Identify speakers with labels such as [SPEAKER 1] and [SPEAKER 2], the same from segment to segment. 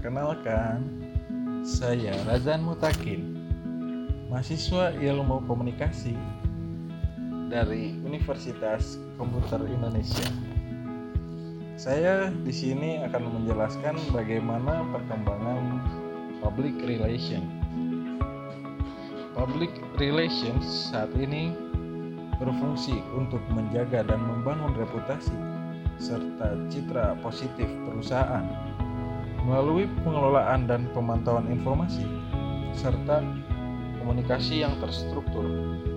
[SPEAKER 1] Perkenalkan, saya Razan Mutakin, mahasiswa Ilmu Komunikasi dari Universitas Komputer Indonesia. Saya di sini akan menjelaskan bagaimana perkembangan public relation. Public relations saat ini berfungsi untuk menjaga dan membangun reputasi serta citra positif perusahaan melalui pengelolaan dan pemantauan informasi serta komunikasi yang terstruktur.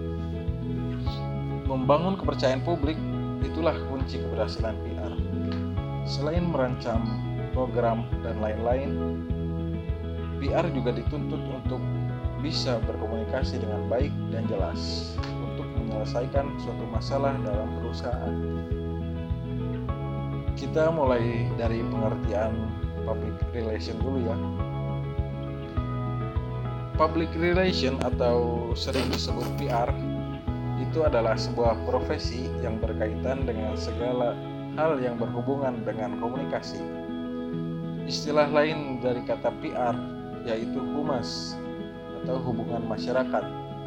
[SPEAKER 1] Membangun kepercayaan publik itulah kunci keberhasilan PR. Selain merancang program dan lain-lain, PR juga dituntut untuk bisa berkomunikasi dengan baik dan jelas untuk menyelesaikan suatu masalah dalam perusahaan. Kita mulai dari pengertian public relation dulu ya. Public relation atau sering disebut PR itu adalah sebuah profesi yang berkaitan dengan segala hal yang berhubungan dengan komunikasi. Istilah lain dari kata PR yaitu humas atau hubungan masyarakat.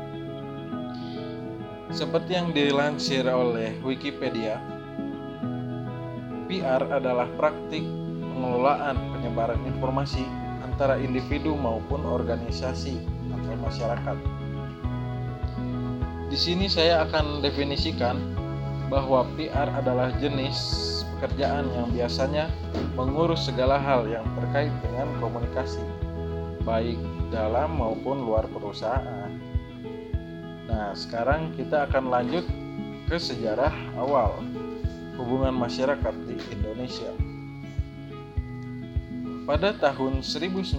[SPEAKER 1] Seperti yang dilansir oleh Wikipedia, PR adalah praktik pengelolaan penyebaran informasi antara individu maupun organisasi atau masyarakat. Di sini saya akan definisikan bahwa PR adalah jenis pekerjaan yang biasanya mengurus segala hal yang terkait dengan komunikasi, baik dalam maupun luar perusahaan. Nah, sekarang kita akan lanjut ke sejarah awal hubungan masyarakat di Indonesia. Pada tahun 1950,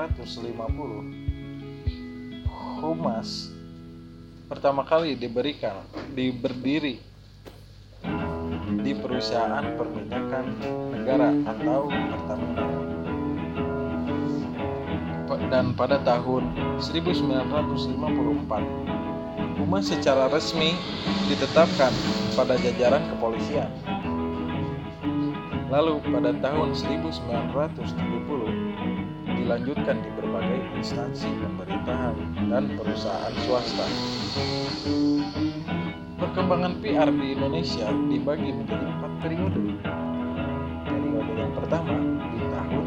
[SPEAKER 1] Humas pertama kali berdiri di perusahaan perminyakan negara atau Pertamina. Dan pada tahun 1954, Humas secara resmi ditetapkan pada jajaran kepolisian. Lalu pada tahun 1970 dilanjutkan di berbagai instansi pemerintahan dan perusahaan swasta. Perkembangan PR di Indonesia dibagi menjadi 4 periode. Periode yang pertama di tahun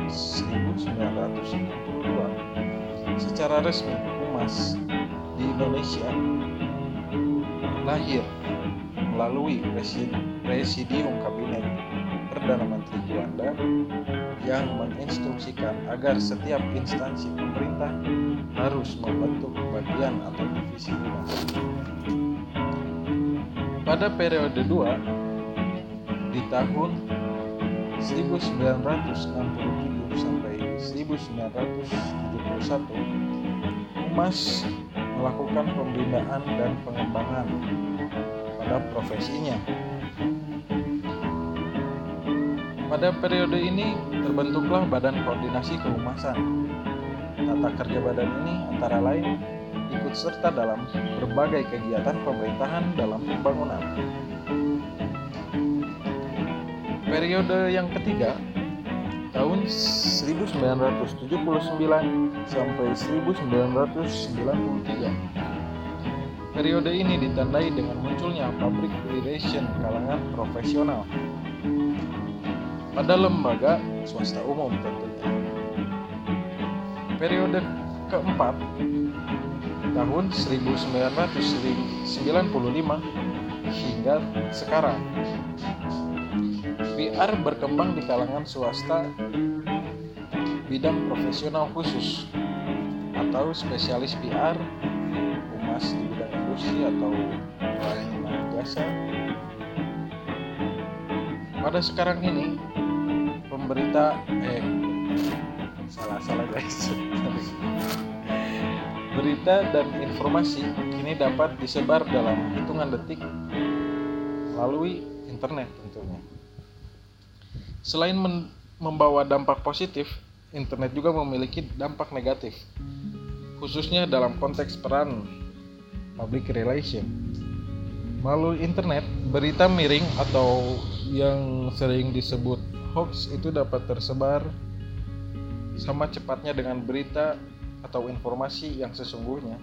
[SPEAKER 1] 1992. Secara resmi Humas di Indonesia lahir melalui Presidium Kabinet Perdana Menteri Juanda yang menginstruksikan agar setiap instansi pemerintah harus membentuk bagian atau divisi humas. Pada periode 2 di tahun 1967 sampai 1971, Humas melakukan pembinaan dan pengembangan pada profesinya. Pada periode ini terbentuklah Badan Koordinasi Kehumasan. Tata kerja badan ini antara lain ikut serta dalam berbagai kegiatan pemerintahan dalam pembangunan. Periode yang ketiga tahun 1979 sampai 1993. Periode ini ditandai dengan munculnya public relation kalangan profesional pada lembaga swasta umum tentunya. Periode keempat tahun 1995 hingga sekarang. PR berkembang di kalangan swasta bidang profesional khusus atau spesialis PR, humas di bidang industri atau pelayanan jasa. Pada sekarang ini berita dan informasi kini dapat disebar dalam hitungan detik melalui internet tentunya. Selain membawa dampak positif, internet juga memiliki dampak negatif, khususnya dalam konteks peran public relation. Melalui internet, berita miring atau yang sering disebut hoax itu dapat tersebar sama cepatnya dengan berita atau informasi yang sesungguhnya.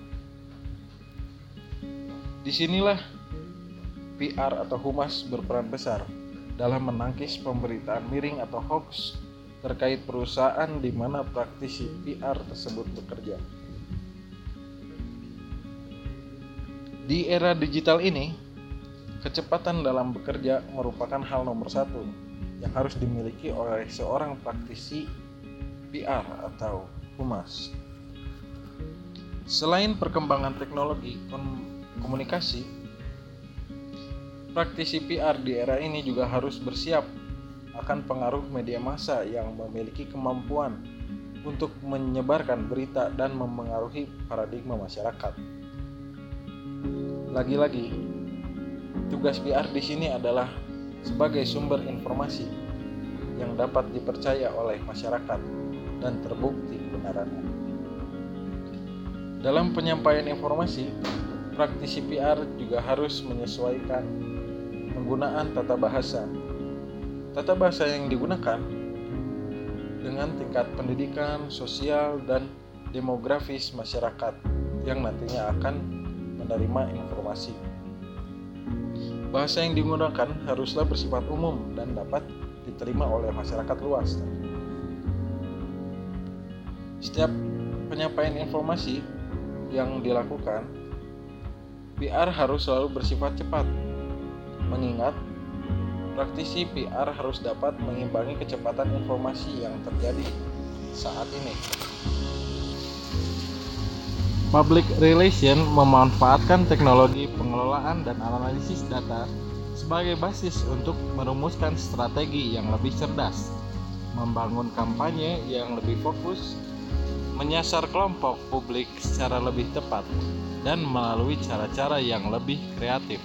[SPEAKER 1] Disinilah PR atau humas berperan besar dalam menangkis pemberitaan miring atau hoax terkait perusahaan di mana praktisi PR tersebut bekerja. Di era digital ini, kecepatan dalam bekerja merupakan hal nomor satu yang harus dimiliki oleh seorang praktisi PR atau humas. Selain perkembangan teknologi komunikasi, praktisi PR di era ini juga harus bersiap akan pengaruh media massa yang memiliki kemampuan untuk menyebarkan berita dan mempengaruhi paradigma masyarakat. Lagi-lagi, tugas PR di sini adalah sebagai sumber informasi yang dapat dipercaya oleh masyarakat dan terbukti kebenarannya. Dalam penyampaian informasi, praktisi PR juga harus menyesuaikan penggunaan tata bahasa. Tata bahasa yang digunakan dengan tingkat pendidikan, sosial, dan demografis masyarakat yang nantinya akan menerima informasi. Bahasa yang digunakan haruslah bersifat umum dan dapat diterima oleh masyarakat luas. Setiap penyampaian informasi yang dilakukan, PR harus selalu bersifat cepat, mengingat praktisi PR harus dapat mengimbangi kecepatan informasi yang terjadi saat ini. Public Relation memanfaatkan teknologi pengelolaan dan analisis data sebagai basis untuk merumuskan strategi yang lebih cerdas, membangun kampanye yang lebih fokus, menyasar kelompok publik secara lebih tepat, dan melalui cara-cara yang lebih kreatif.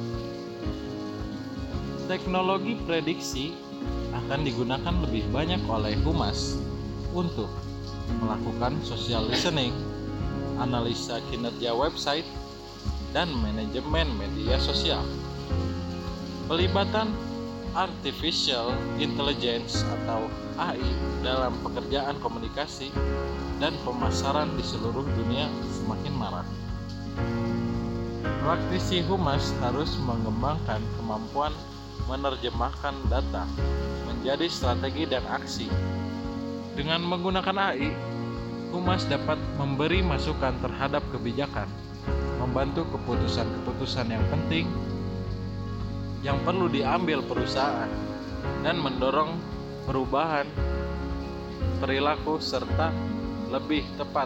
[SPEAKER 1] Teknologi prediksi akan digunakan lebih banyak oleh humas untuk melakukan social listening, analisa kinerja website, dan manajemen media sosial. Pelibatan artificial intelligence atau AI dalam pekerjaan komunikasi dan pemasaran di seluruh dunia semakin marak. Praktisi humas harus mengembangkan kemampuan menerjemahkan data menjadi strategi dan aksi. Dengan menggunakan AI, humas dapat memberi masukan terhadap kebijakan, membantu keputusan-keputusan yang penting yang perlu diambil perusahaan, dan mendorong perubahan perilaku serta lebih tepat.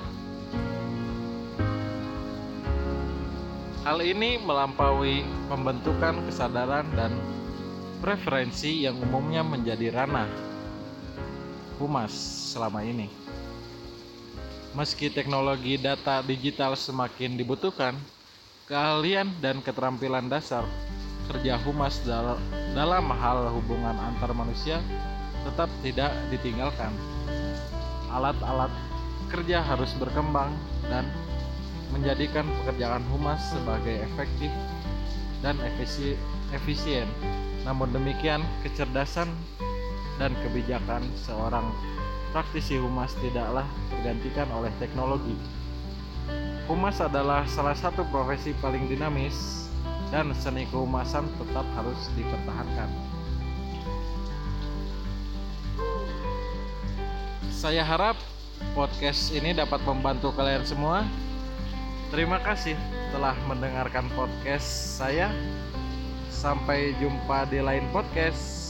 [SPEAKER 1] Hal ini melampaui pembentukan kesadaran dan preferensi yang umumnya menjadi ranah humas selama ini. Meski teknologi data digital semakin dibutuhkan, keahlian dan keterampilan dasar kerja humas dalam hal hubungan antar manusia tetap tidak ditinggalkan. Alat-alat kerja harus berkembang dan menjadikan pekerjaan humas sebagai efektif dan efisien. Namun demikian, kecerdasan dan kebijakan seorang praktisi humas tidaklah tergantikan oleh teknologi. Humas adalah salah satu profesi paling dinamis dan seni kehumasan tetap harus dipertahankan. Saya harap podcast ini dapat membantu kalian semua. Terima kasih telah mendengarkan podcast saya. Sampai jumpa di lain podcast.